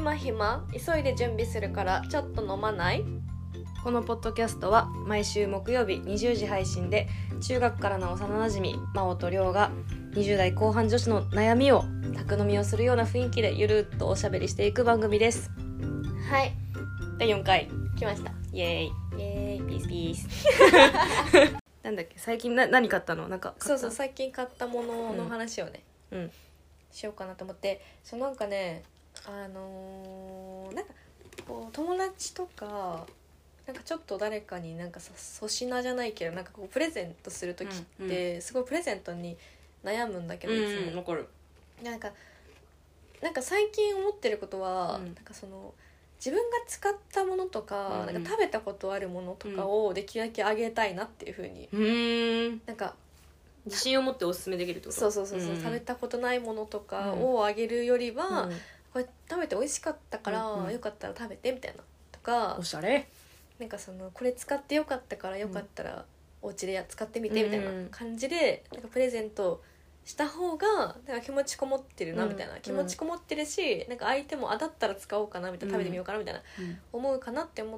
今暇急いで準備するからちょっと飲まない？このポッドキャストは毎週木曜日20時配信で、中学からの幼なじみ真央と亮が20代後半女子の悩みを宅飲みをするような雰囲気でゆるっとおしゃべりしていく番組です。はい、第4回来ました。イエーイイエーイ、ピースピースなんだっけ、最近何買ったの？なんかそう最近買ったものの話をね、しようかなと思って。なんかね、なんかこう友達とかなんかちょっと誰かになんか粗品じゃないけどなんかこうプレゼントする時ってすごいプレゼントに悩むんだけど、いつも残る。 なんか最近思ってることは、なんか自分が使ったものとか、なんか食べたことあるものとかをできるだけあげたいなっていう風に、なんか自信を持っておすすめできるってこと？ そう、食べたことないものとかをあげるよりは、これ食べて美味しかったから、よかったら食べてみたいなとか、 おしゃれ。 なんかこれ使ってよかったからよかったらお家で使ってみてみたいな感じで、なんかプレゼントした方がなんか気持ちこもってるなみたいな、気持ちこもってるし、なんか相手もだったら使おうかなみたいな、食べてみようかなみたいな、思うかなって思って、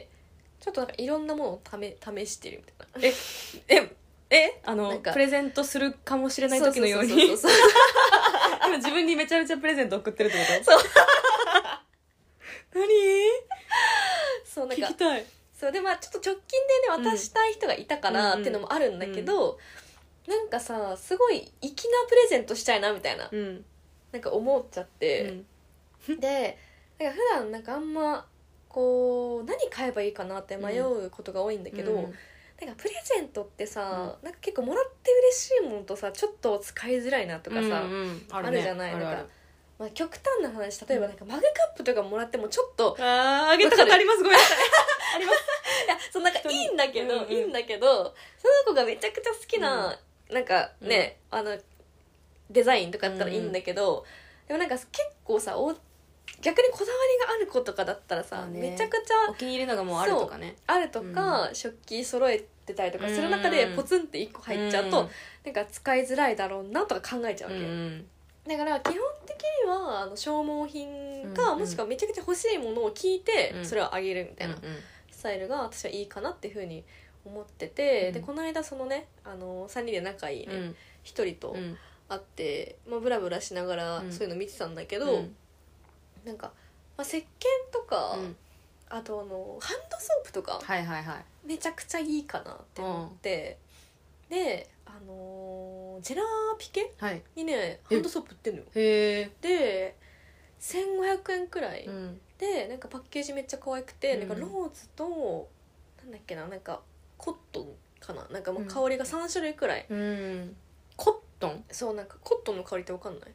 ちょっとなんかいろんなものを試してるみたいな。なんかプレゼントするかもしれない時のように今自分にめちゃめちゃプレゼント送ってるってこと？ そう何？ そうなんか聞きたい。 そうで、ちょっと直近でね渡したい人がいたからっていうのもあるんだけど、なんかさすごい粋なプレゼントしたいなみたいな、なんか思っちゃって、でなんか普段なんかあんまこう何買えばいいかなって迷うことが多いんだけど、なんかプレゼントってさ、なんか結構もらって嬉しいものとさちょっと使いづらいなとかさ、あるじゃない。なんか極端な話、例えばなんかマグカップとかもらってもちょっとあげたことあります。ごめんなさい。あります。 いやなんかいいんだけど、その子がめちゃくちゃ好きな、なんかね、デザインとかだったらいいんだけど、でもなんか結構さ逆にこだわりがある子とかだったらさ、めちゃくちゃお気に入りのがもうあるとかね、 あるとか、食器揃えてたりとかする中でポツンって1個入っちゃうと、なんか使いづらいだろうなとか考えちゃうわけよ、だから基本的には消耗品か、もしくはめちゃくちゃ欲しいものを聞いてそれをあげるみたいなスタイルが私はいいかなっていうふうに思ってて、でこの間3人で仲いいね、1人と会って、ブラブラしながらそういうの見てたんだけど、なんか、石鹸とか、あとハンドソープとか、めちゃくちゃいいかなって思って、でジェラピケにね、ハンドソープ売ってんのよ。で1500円くらい、でなんかパッケージめっちゃ可愛くて、なんかローズとなんだっけな、なんかコットンかな、なんかもう香りが3種類くらい、 コットン？ そう、なんかコットンの香りって分かんない？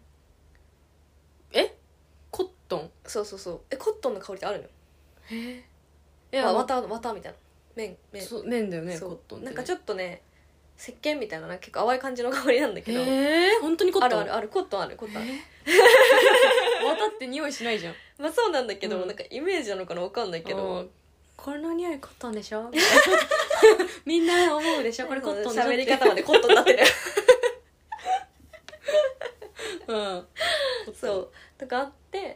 コットン？ そうコットンの香りってあるのよ。 いや綿みたいな麺だよね、コットンってね。 なんかちょっとね石鹸みたいな、結構淡い感じの香りなんだけど、 本当にコットン？ あるコットンある綿って匂いしないじゃん。 そうなんだけど、なんかイメージなのかな、分かんないけど、 これの匂いコットンでしょみんな思うでしょ、これコットンでしょ。 喋り方までコットンになってるそうとかあって、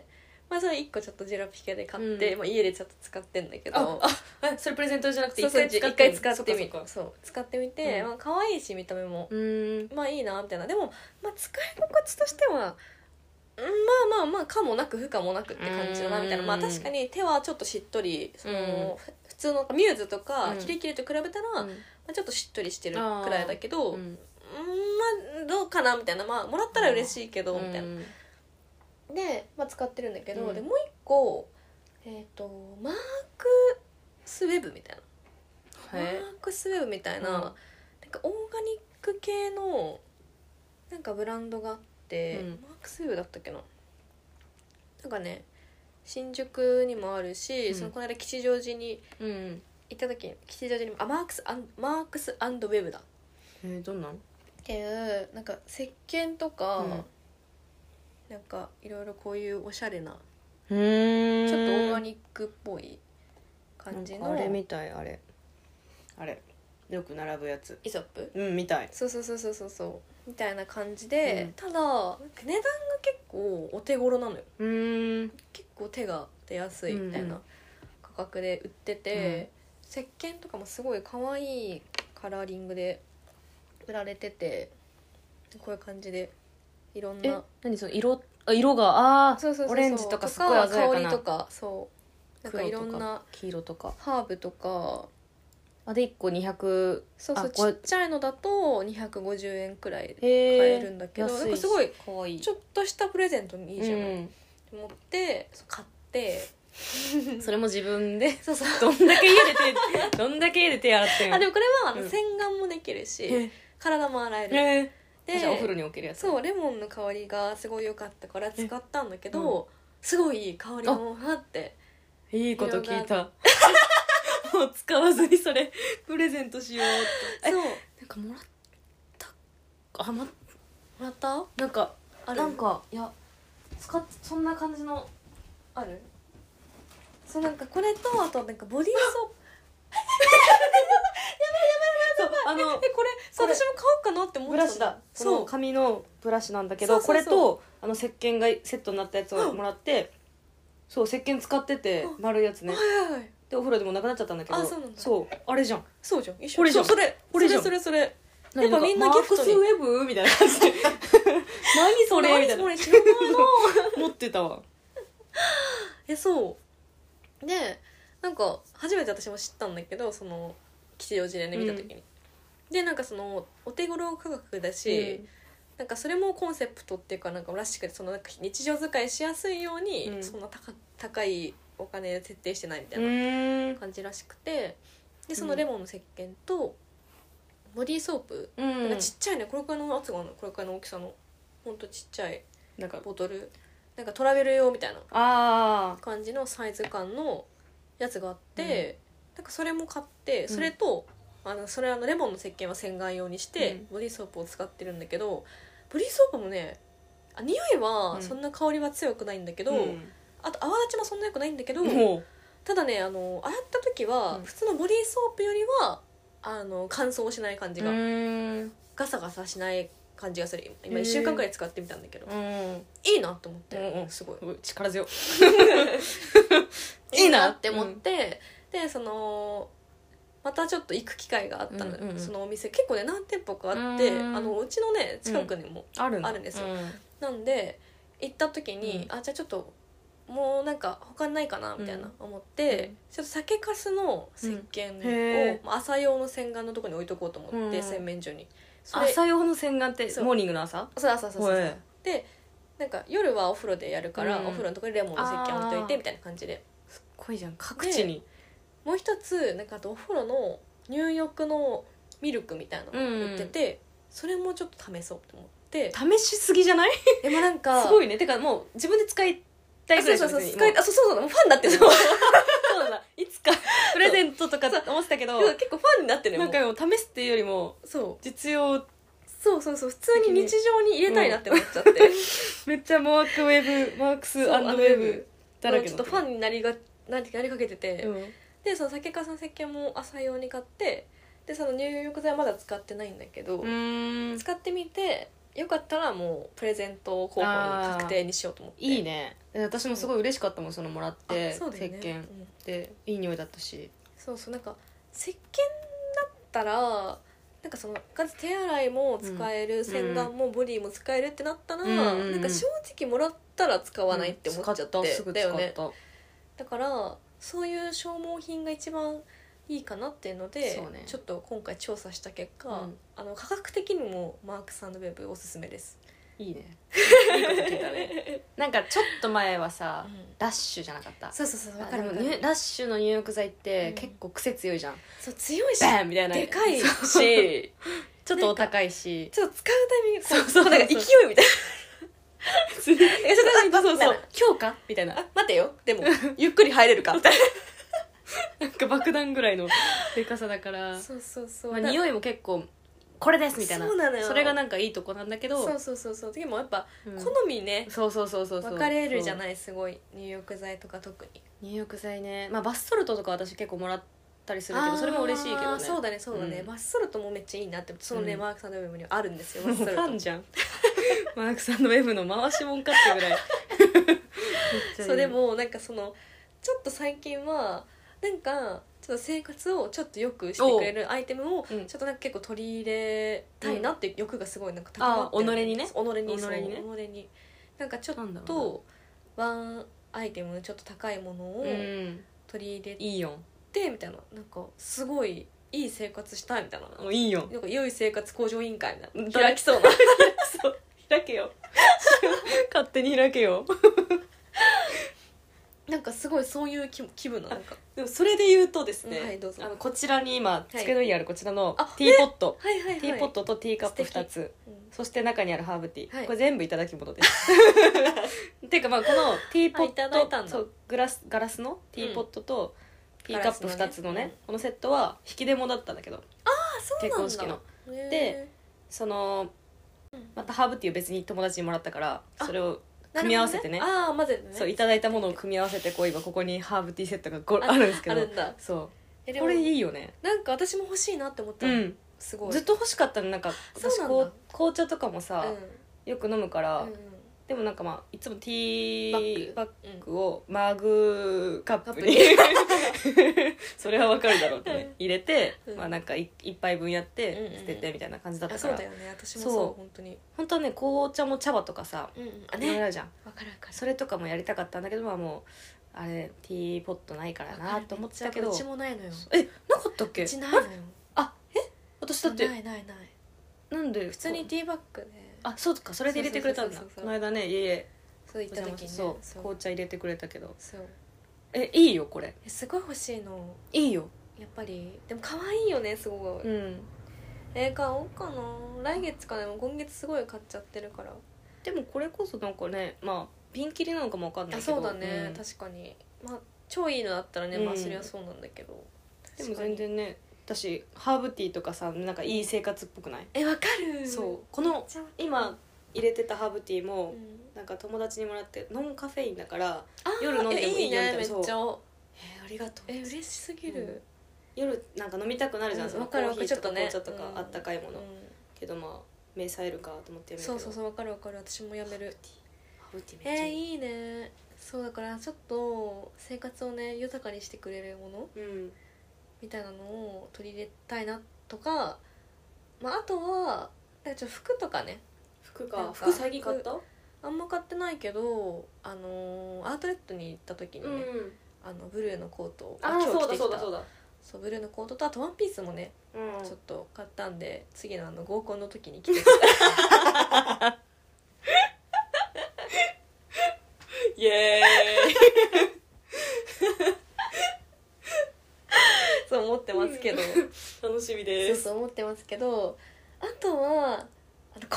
それ1個ちょっとジェラピケで買って、家でちょっと使ってんだけど、 それプレゼントじゃなくて一回使ってみて、使ってみて、可愛いし見た目もいいなみたいな。でも使い心地としては可もなく不可もなくって感じだなみたいな。確かに手はちょっとしっとり、普通のミューズとかキリキリと比べたら、ちょっとしっとりしてるくらいだけど、どうかなみたいな、もらったら嬉しいけどみたいなで、使ってるんだけど、でもう一個マークスウェブみたいな、なんかオーガニック系のなんかブランドがあって、マークスウェブだったっけな、なんかね新宿にもあるし、この間吉祥寺に行った時に、吉祥寺にもマークス&ウェブだ、 どんなんっていうなんか石鹸とか、なんかいろいろこういうおしゃれなちょっとオーガニックっぽい感じの、 あれみたい、あれよく並ぶやつ、 イソップみたい、 そうみたいな感じで、ただ値段が結構お手頃なのよ。結構手が出やすいみたいな価格で売ってて、石鹸とかもすごい可愛いカラーリングで売られてて、こういう感じでいろんな何その色がそうオレンジとかすっごい鮮やかな香りとか、そうなんかいろんな黄色とかハーブとかで1個200 そうちっちゃいのだと250円くらいで買えるんだけど、 安いなんかすごいかわいいちょっとしたプレゼントにいいじゃん、と思って買ってそれも自分でそうそうどんだけ家で手洗ってんの。 でもこれは洗顔もできるし、体も洗える、でじゃあお風呂に置けるやつ。 そうレモンの香りがすごい良かったから使ったんだけど、すごいいい香りもあっていいこと聞いたもう使わずにそれプレゼントしようってそうなんかもらったもらったなんかあるなんかいやそんな感じのあるそうなんかこれとあとなんかボディーソープそうこれそう私も買おうかなって思ってたブラシだそう紙のブラシなんだけどそうそうそうこれと石鹸がセットになったやつをもらってそう石鹸使ってて丸いやつねはいはいでお風呂でもなくなっちゃったんだけどあそうなんだそうあれじゃんそうじゃん一緒これじゃんそうそれじゃんそれやっぱみんなマギフトにークスウェブみたいな感じで何それみたいなそれ知らないな持ってたわそうでなんか初めて私も知ったんだけどその吉祥寺でね見た時に、でなんかそのお手頃価格だし、なんかそれもコンセプトっていうかなんからしくてそのなんか日常使いしやすいように、そんな高いお金設定してないみたいな感じらしくて、でそのレモンの石鹸とボディーソープ、なんかちっちゃいねこれくらいの圧があるのこれくらいの大きさのほんとちっちゃいなんかボトルなんかトラベル用みたいな感じのサイズ感のやつがあって、なんかそれも買ってそれと、それレモンの石鹸は洗顔用にして、ボディーソープを使ってるんだけどボディーソープもね匂いはそんな香りは強くないんだけど、あと泡立ちもそんな良くないんだけど、ただね洗った時は普通のボディーソープよりは乾燥しない感じがガサガサしない感じがする今1週間くらい使ってみたんだけど、いいなと思って、すごい力強いいなって思って、でそのまたちょっと行く機会があったの、そのお店結構ね何店舗かあって、うちのね近くにもあるんですよ、なんで行った時に、じゃあちょっともうなんか他にないかなみたいな思って、ちょっと酒粕の石鹸を、朝用の洗顔のところに置いとこうと思って、洗面所に朝用の洗顔ってモーニングの朝そうでなんか夜はお風呂でやるから、お風呂のところにレモンの石鹸置いといてみたいな感じですっごいじゃん各地に。 もう一つなんかあとお風呂の入浴のミルクみたいなのを売ってて、それもちょっと試そうと思って試しすぎじゃない？ でもなんかすごいね。てかもう自分で使いたいぐらいそうもうファンだってるそうなんだいつかプレゼントとか思ってたけど結構ファンになってるなんかもう試すっていうよりも実用そう普通に日常に入れたいなって思っちゃって、 めっちゃマークスウェブだらけちょっとファンになりかけてて、でその酒粕の石鹸も朝用に買ってでその入浴剤はまだ使ってないんだけど使ってみてよかったらもうプレゼント候補に確定にしようと思って。 いいね。私もすごい嬉しかったもんそのもらって石ね、 鹸でいい匂いだったし、 そうなんか石鹸だったらなんかその手洗いも使える、洗顔もボディも使えるってなったら、なんか正直もらったら使わないって思っちゃって、だよね。だからそういう消耗品が一番いいかなっていうのでちょっと今回調査した結果、価格的にもマークス&ウェブおすすめです。 いいねいいこと聞いたねなんかちょっと前はさ、ラッシュじゃなかった？ そう分かるラッシュの入浴剤って結構癖強いじゃん、 そう強いしバンみたいなでかいしちょっとお高いしちょっと使うタイミングそうなんか勢いみたいなそう今日かみたいな待てよでもゆっくり入れるかみたいななんか爆弾ぐらいのでかさだからそう匂いも結構これですみたいな。 そうなのよ。 それがなんかいいとこなんだけどそうでもやっぱ好みね、 そう分かれるじゃない。すごい入浴剤とか特に入浴剤ね、バスソルトとか私結構もらったりするけどそれも嬉しいけどね。 そうだね、バスソルトもめっちゃいいなってそのね、マークさんのウェブにあるんですよ。バスソルトファンじゃんマークさんのウェブの回しもんかってぐらいそうでもなんかそのちょっと最近はなんかちょっと生活をちょっと良くしてくれるアイテムをちょっとなんか結構取り入れたいなっていう欲がすごいなんか高まってる、 己にね己になんかちょっとワンアイテムちょっと高いものを取り入れて、 いいよみたいな、なんかすごいいい生活したいみたいな、 いいよなんか良い生活向上委員会みたいな開きそうな開けよ勝手に開けよなんかすごいそういう気分な、なんかでもそれで言うとですね、 はいどうぞ。 こちらに今机の上にあるこちらのあティーポット、 はいはいはい、 ティーポットとティーカップ2つ、そして中にあるハーブティー、 はいこれ全部いただき物ですっていうかまあこのティーポいただいたんだ、 ットそうガラスのティーポットとティーカップ2つのね、 ガラスのねこのセットは引き出物だったんだけど、 あそうなんだ、 結婚式のへーでそのまたハーブティーを別に友達にもらったからあそれを組み合わせてね、 ああ混ぜてね、 そういただいたものを組み合わせてこう今ここにハーブティーセットがああるんですけど、 あるんだ。 そうでもこれいいよね。 なんか私も欲しいなって思ったの、 うんすごいずっと欲しかったの。なんか私そうなんだ紅茶とかもさ、よく飲むから、 うんでもなんかまあいつもティーバッうんグをマグカップにそれはわかるだろうってね入れて、 うんまあなんか一杯分やってうんうんうん捨ててみたいな感じだっあたから、 そうだよね、私もそうそう本当に本当はね紅茶も茶葉とかさあいろいろあね、 るじゃん。 わかるわかる、 それとかもやりたかったんだけど、まあもうあれティーポットないからなと思ってたけど、 うちもないのよ、 なかったっけ？ うちないのよ、 私だってないなんで普通にティーバッグで、 あそうかそれで入れてくれたんだ。 そうそうそうそうこの間ね家そう行った時にね、 そう紅茶入れてくれたけど、 そういいよこれすごい欲しいの、 いいよ。 やっぱりでも可愛いよねすごい、 うん買おうかな、来月かな、今月すごい買っちゃってるから。 でもこれこそなんかね、まあピンキリなのかもわかんないけど、 そうだね、 うん確かにまあ超いいのだったらね、まあそりゃそうなんだけど、 でも全然ね私ハーブティーとかさなんかいい生活っぽくない？ わかる、 そうこの今入れてたハーブティーも、 うんなんか友達にもらってノンカフェインだからあー夜飲んでもいいよみたいな。 ね、めっそうちゃありがとう。 嬉しすぎる、 夜なんか飲みたくなるじゃん、そのわかるコーヒーとか紅ちょっとね茶とかあったかいもの、けどまあ目さえるかと思ってやめるけど、 そうわかる私もやめる。 ハーブティーめっちゃいい。 いいね。そうだからちょっと生活をね豊かにしてくれるものうんみたいなのを取り入れたいなとか、まあ、あとはなんかちょっと服とかね、なんか服最近買った？ あんま買ってないけど、アートレットに行った時にね、ブルーのコートをあそうだ今日着てきたそうだ、 そうブルーのコートとあとワンピースもね、 うん、 ちょっと買ったんで次の合コンの時に着てイエーイそう思ってますけど楽しみそうです。 そう思ってますけど、あとは香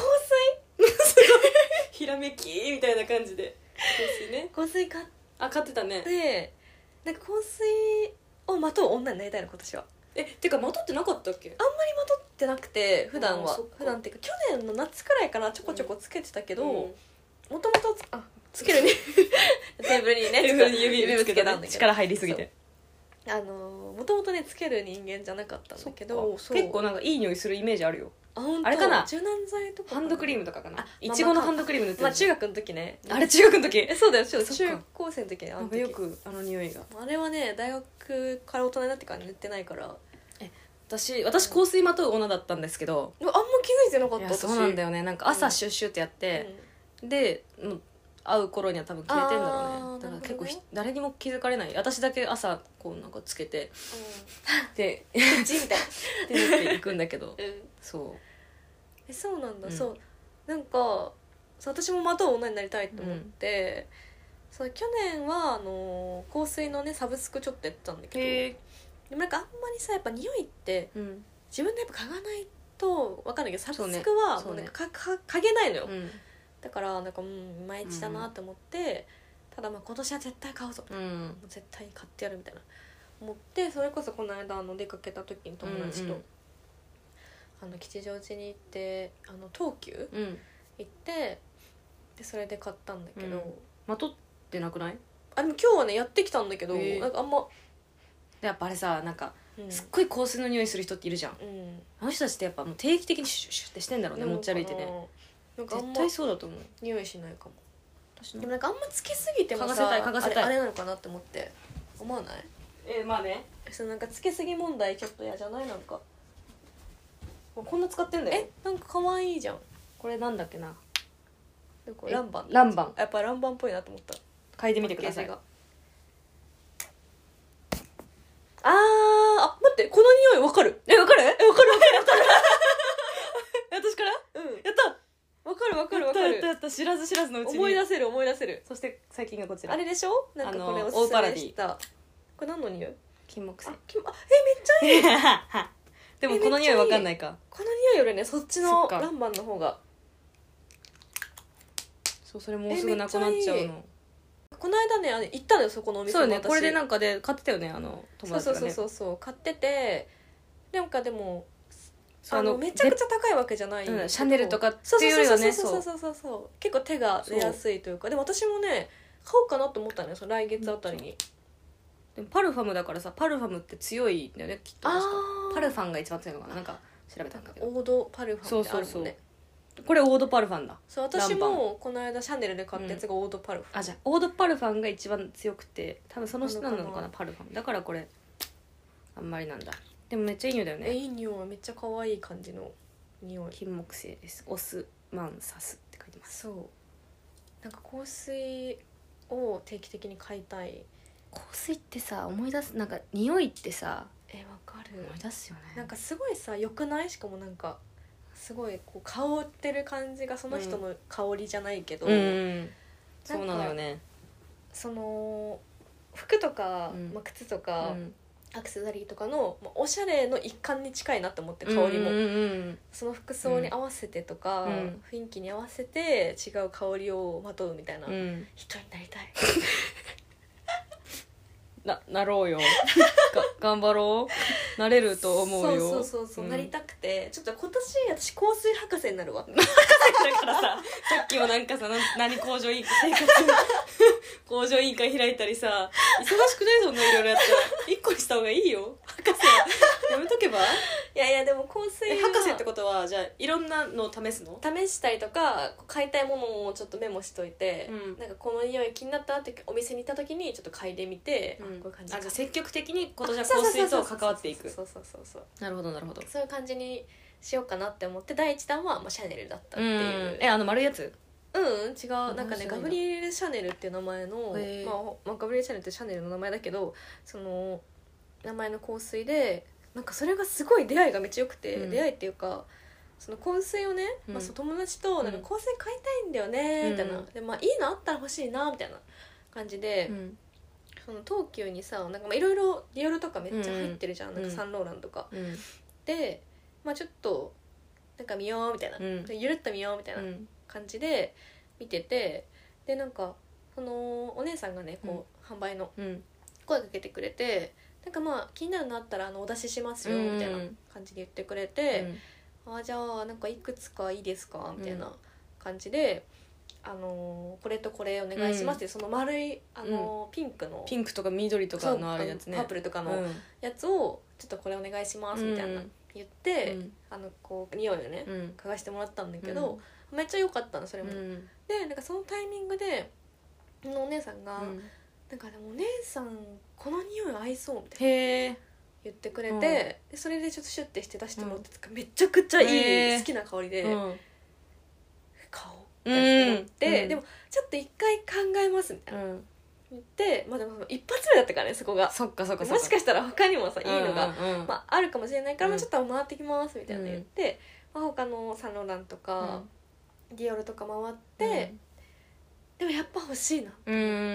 ひらめきみたいな感じで香水買っ買ってたね。 て、なんか香水をまとう女になりたいの今年は。 てかまとってなかったっけ？ あんまりまとってなくて普段はそっか普段っていうか去年の夏くらいからちょこちょこつけてたけど、 うんもともとつけるにテーブルにねテーブルに指ぶつけたつけたんだけど、 力入りすぎて。 もともとねつける人間じゃなかったんだけど、そう結構なんかいい匂いするイメージあるよ。 本当あれかな柔軟剤とかハンドクリームとかかな。 あいちごのハンドクリーム塗ってる。 まあ中学の時ね、 あれ中学の時。 そうだよ中そっか高生の時ね、 なんかよくあの匂いが。 あれはね大学から大人になってから塗ってないから私香水まとう女だったんですけど。 あんま気づいてなかった。 いやそうなんだよね。なんか朝シュッシュってやって、でもう会う頃には多分消えてんだろうね。だから結構誰にも気づかれない。私だけ朝こうなんかつけてでうちみたいで塗っていくんだけどな、 そそうなんだ、 うんそうなんかそう私もまとう女になりたいと思って、そう去年は香水のねサブスクちょっとやってたんだう。 けど、でもなんかあんまりさやっぱ匂いってうん自分でやっぱ嗅がないと分かんないけどサブそうねスクはそうねもうなんか嗅げないのよ、 うんだからなんかいまいちだなって思って、ただまあ今年は絶対買うぞ、 うん絶対買ってやるみたいな思って、それこそこの間出かけた時に友達と、吉祥寺に行って東急うん。 行ってでそれで買ったんだけど、 まとってなくない？ でも今日はねやってきたんだけど、なんかあんま、 やっぱあれさなんかうんすっごい香水の匂いする人っているじゃん。 うんあの人たちってやっぱもう定期的にシュッシュッってしてんだろうね、持ち歩いてね。 なんかあんま絶対そうだと思う。 匂いしないかも。 私のでもなんかあんまつけすぎてもさ嗅がせたいあれなのかなって思って思わない？ まあねそのなんかつけすぎ問題ちょっと嫌じゃない？なんかもうこんな使ってんだよ。 なんか可愛いじゃん。 これなんだっけな、 でこれランバン。 ランバンやっぱランバンっぽいなと思った。 嗅いでみてください。 パッケージが待ってこの匂いわかる。 わかるわかる私からうんやったわかるわかるやわかる。 ったやった知らず知らずのうちに思い出せる思い出せる。 そして最近がこちらあれでしょ？なんかこれあのおすすめしたこれ何の匂い？ 金木犀めっちゃいい。 でもこの匂いわかんないか。 この匂いよりねそっちそっかのランバンの方が。 そうそれもうすぐなくなっちゃうめっちゃいいの。 この間ね行ったのよそこのお店そうよね、 私これでなんかで買ってたよね、友達がね。 そう買っててなんかでもそうめちゃくちゃ高いわけじゃない、 シャネルとかってそういうよりはね、 そう結構手が出やすいというか。でも私もね買おうかなと思ったのよその来月あたりに。 でもパルファムだからさ、パルファムって強いんだよねきっと。確かあーパルファンが一番強いのかな、なんか調べたんだけど。 オードパルファンってあるもんね。 そうこれオードパルファンだ。 そう私もこの間シャネルで買ったやつがオードパルファン、 あ、じゃあオードパルファンが一番強くて、多分その下なのかな、 なのかなパルファンだから。これあんまりなんだ。でもめっちゃいい匂いだよね。 いい匂い。めっちゃ可愛い感じの匂い。 金木犀です。オスマンサスって書いてます。 そうなんか香水を定期的に買いたい。 香水ってさ、思い出す、なんか匂いってさわかる。 思い出すよね。 なんかすごいさ良くない？しかもなんかすごいこう香ってる感じがその人の香りじゃないけど、 そうなのよね。 その服とか、靴とか、アクセサリーとかのおしゃれの一環に近いなと思って、香りも、その服装に合わせてとか、雰囲気に合わせて違う香りをまとうみたいな、人になりたい。 なろうよ頑張ろう。なれると思うよ。 そう、なりたくてちょっと今年私香水博士になるわ。 だからさっきもなんかさ、何工場委員会工場委員会開いたりさ、忙しくない？そんないろいろやったら1個にした方がいいよ。博士はやめとけば。 いやでも香水は博士ってことはじゃあいろんなのを試すの？ 試したりとか買いたいものをちょっとメモしといて、なんかこの匂い気になったってお店に行った時にちょっと嗅いでみて、こういう感じか。 じゃあ積極的に今年は香水と関わっていく。 そうなるほどなるほど。 そういう感じにしようかなって思って、第一弾はシャネルだったっていう。 丸いやつ？ 違う。なんかねガブリエル・シャネルっていう名前の、ガブリエル・シャネルってシャネルの名前だけど、その名前の香水で、なんかそれがすごい出会いがめっちゃ良くて、出会いっていうかその香水をね、その友達となんか香水買いたいんだよねみたいな、でいいのあったら欲しいなみたいな感じで、その東急にさなんかいろいろディオールとかめっちゃ入ってるじゃん、なんかサンローランとか、でちょっとなんか見ようみたいな、ゆるっと見ようみたいな感じで見てて、でなんかそのお姉さんがねこう、販売の声かけてくれて、なんか気になるのあったらお出ししますよみたいな感じで言ってくれて、じゃあなんかいくつかいいですかみたいな感じで、これとこれお願いしますって、その丸いピンクとか緑とかのあるやつね、 パープルとかのやつをちょっとこれお願いしますみたいな言って、こう匂いをね嗅がしてもらったんだけど、めっちゃ良かったのそれも。でなんかそのタイミングでお姉さんが、なんかでもお姉さんこの匂い合いそうみたいな言ってくれて、でそれでちょっとシュッてして出してもらって、めちゃくちゃいい好きな香りで、買おうって思って、でもちょっと一回考えますみたいな言って、でも一発目だったからねそこが。 そっかもしかしたら他にもさいいのが、あるかもしれないから、ちょっと回ってきますみたいな言って、他のサンローランとか、ディオールとか回って、でもやっぱ欲しいなって思って、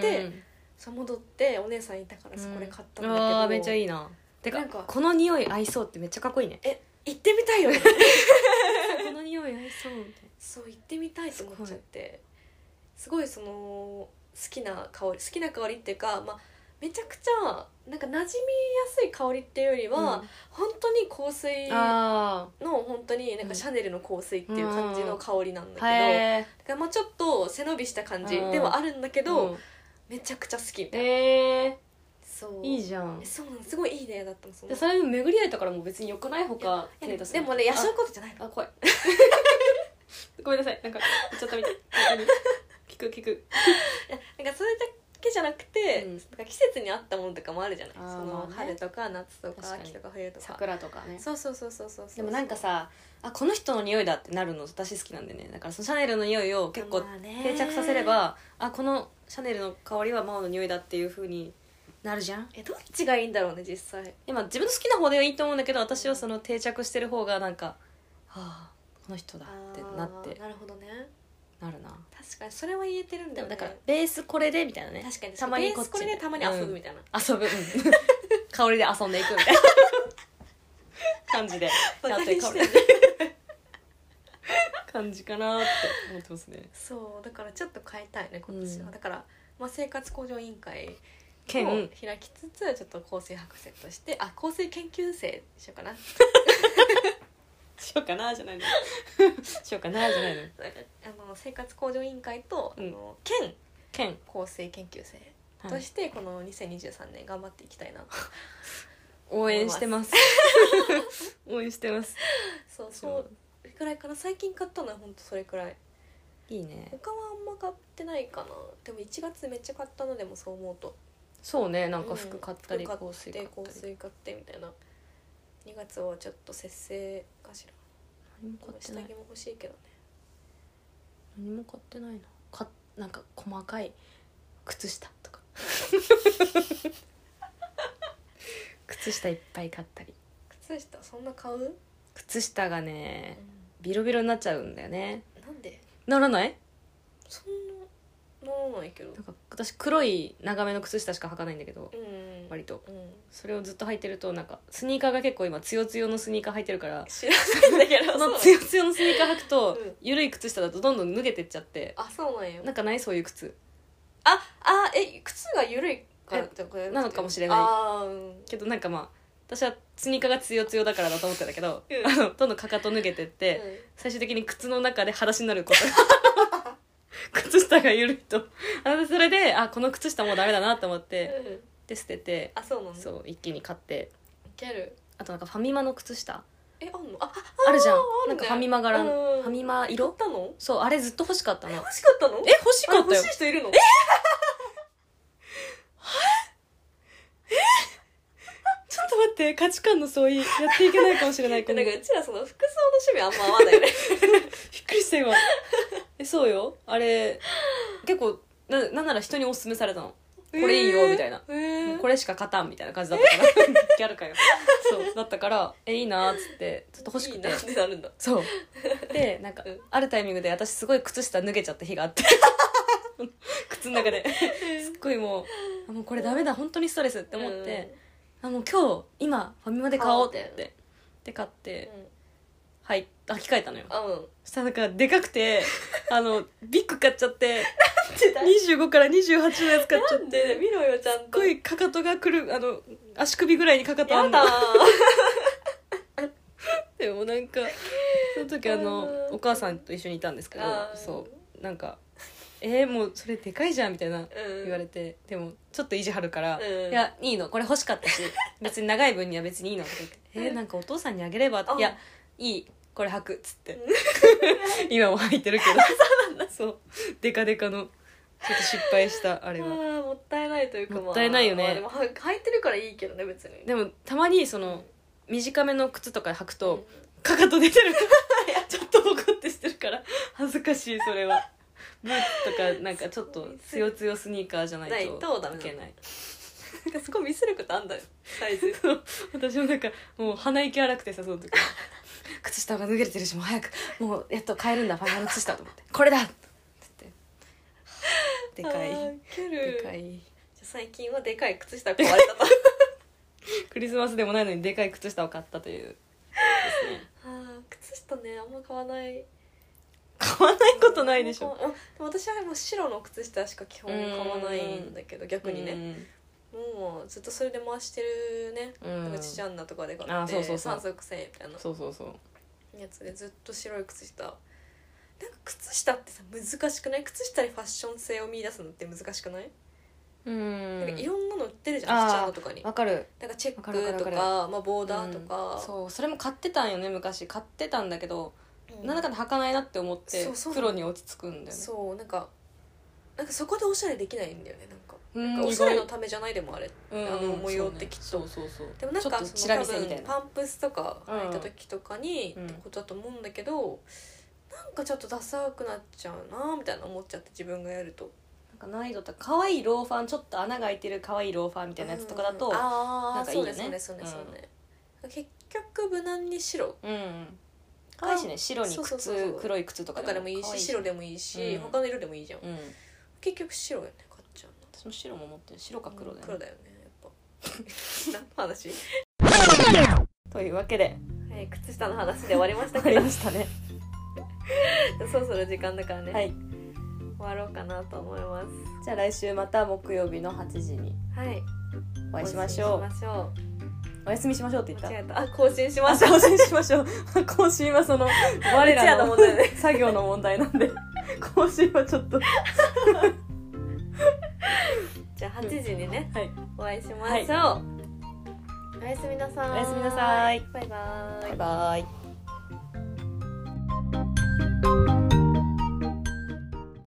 戻ってお姉さんいたからそこで買ったんだけど、 めっちゃいいな。てかこの匂い合いそうってめっちゃかっこいいね。 行ってみたいよね。 この匂い合いそうみたいな。 そう行ってみたいと思っちゃって、すごいその好きな香りっていうか、めちゃくちゃなんか馴染みやすい香りっていうよりは、本当に香水の本当になんかシャネルの香水っていう感じの香りなんだけど、だからちょっと背伸びした感じではあるんだけど、めちゃくちゃ好きみたいな。そういいじゃん。 そうなの、すごいいい出会いだったの。 それ巡り合えたからもう別によくない？他でもね、そういうことじゃないの。 怖いごめんなさい、なんか言っちゃったみたい。 聞くいやなんかそれだけじゃなくて、 うんなんか季節に合ったものとかもあるじゃない、 あーそのまあね春とか夏とか確かに秋とか冬とか桜とかね。 そうそうでもなんかさ、あこの人の匂いだってなるの私好きなんでね。だからそのシャネルの匂いを結構まあね定着させれば、あこのシャネルの香りはマオの匂いだっていう風になるじゃん。 どっちがいいんだろうね実際。 今自分の好きな方ではいいと思うんだけど、私はその定着してる方がなんか、はあこの人だってなってなるほどね。 なるな。 確かにそれは言えてるんだよね。 だからベースこれでみたいなね。 確かにたまにこっちベースこれでたまに遊ぶみたいな、 遊ぶ、香りで遊んでいくみたいな感じでバカに香りしてんね感じかなって思ってますね。 そうだからちょっと変えたいね今年は、 うんだから、まあ、生活向上委員会兼を開きつつちょっと構成博士として構成研究生にしようかなしようかなじゃないのしようかなじゃないの。 なんか生活向上委員会と、 うん兼兼構成研究生としてこの2023年頑張っていきたいな、 応援してます応援してます。 そうそれくらいかな。最近買ったのはほんとそれくらい。 いいね。 他はあんま買ってないかな。でも1月めっちゃ買ったのでもそう思うとそうね、なんか服買ったり、 服香水買ったり香水買ってみたいな。2月はちょっと節制かしら。 何も買ってない。 下着も欲しいけどね。 何も買ってないな。なんか細かい靴下とか靴下いっぱい買ったり。 靴下そんな買う？ 靴下がねビロビロになっちゃうんだよね。 なんで？ ならない？ そんなならないけど。 なんか私黒い長めの靴下しか履かないんだけど、 うん割とうんそれをずっと履いてるとなんかスニーカーが結構今つよつよのスニーカー履いてるから知らないんだけどそのそうつよつよのスニーカー履くと、 うん緩い靴下だとどんどん脱げてっちゃって、 あそうなんよ。 なんかないそういう靴靴が緩いからとかなのかもしれないうんけど、なんかまあ私はスニーカーがつよつよだからだと思ってたけど、 うんどんどんかかと脱げてって、 うん最終的に靴の中で裸足になること靴下が緩いとそれでこの靴下もうダメだなと思って、 うんで捨てて、 そうなの。 そう一気に買って、 いける。 あとなんかファミマの靴下あんの？ あるじゃん、 あるねなんかファミマ柄の、 うんファミマ買っ色、 たの？ そうあれずっと欲しかったの。 欲しかったの？ 欲しかったよ。 欲しい人いるの？ ちょっと待って、価値観の相違やっていけないかもしれないなんかうちらその服装の趣味あんま合わないよね。 びっくりした今そうよ、あれ結構なんなら人におすすめされたの、これいいよみたいな、これしか勝たんみたいな感じだったからギャルかよそうだったからいいなっつってずっと欲しくて、 いいなってなるんだ。 そうでなんか、 うんあるタイミングで私すごい靴下脱げちゃった日があって靴の中ですっごいもうこれダメだ本当にストレスって思って、もう今日今ファミマで買おうって言ってで買って履き替えたのよ。そしたらなんかでかくてビッグ買っちゃって25から28のやつ買っちゃって見ろよちゃんと。 すっごいかかとがくる足首ぐらいにかかとあんのやだでもなんかその時お母さんと一緒にいたんですけど、そうなんかもうそれでかいじゃんみたいな言われて、でもちょっと意地張るから、いやいいのこれ欲しかったし別に長い分には別にいいのって言ってなんかお父さんにあげればいやいいこれ履くっつって今も履いてるけどそうデカデカのちょっと失敗したあれはもったいないというか、 もったいないよねでも履いてるからいいけどね別に。 でもたまにその短めの靴とか履くと、かかと出てるちょっとボコってしてるから恥ずかしいそれは。ブーツとかなんかちょっとつよつよスニーカーじゃないとダメいけない。 なんかすごいミスることあんだよサイズ私もなんかもう鼻息荒くてさその時靴下が脱げれてるしもう早くもうやっと買えるんだファイナル靴下と思ってこれだって言ってでかいでかい。 じゃ最近はでかい靴下が壊れたとクリスマスでもないのにでかい靴下を買ったというですね。 靴下ねあんま買わない。 買わないことないでしょ。 でも私はもう白の靴下しか基本買わないんだけど逆にねもうずっとそれで回してるね。なんかチチャンナとかで買って3足1000円みたいなやつでずっと白い靴下。なんか靴下ってさ難しくない？靴下にファッション性を見出すのって難しくない？なんかいろんなの売ってるじゃんチチャンナとかに。 わかる。 なんかチェックとかボーダーとか、 そうそれも買ってたんよね昔買ってたんだけど、なんだかんだ履かないなって思って黒に落ち着くんだよね。 そうなんかなんかそこでおしゃれできないんだよね。 うんなんかおしゃれのためじゃないでもあれ、 うん模様ってきっとそうそうそうでもなんかちょっとチラ見せみたいなパンプスとか履いた時とかにうんってことだと思うんだけど、なんかちょっとダサくなっちゃうなみたいな思っちゃって、自分がやると。 なんか難易度って可愛いローファー、ちょっと穴が開いてる可愛いローファーみたいなやつとかだと、 ああなんかいいよねそうね結局無難に白可愛いしね、白にそうそう靴そうそう黒い靴とかとかでもいい可愛し、白でもいいし、 うん他の色でもいいじゃん。結局白よね、買っちゃう私も白も持ってる、白か黒だよね、 黒だよねやっぱ何の話というわけではい靴下の話で終わりましたあけどりましたねそろそろ時間だからね、 はい終わろうかなと思います。 じゃあ来週また木曜日の8時にはいお会いしましょう。お休みしましょうって言った。 間違えた。更新しましょう。 更新しましょう。更新はその我らの問題ね作業の問題なんで更新はちょっとじゃあ8時にね、 はい、 お会いしましょう、おやすみなさい。 おやすみなさい。 バイバーイ。 バイバイ。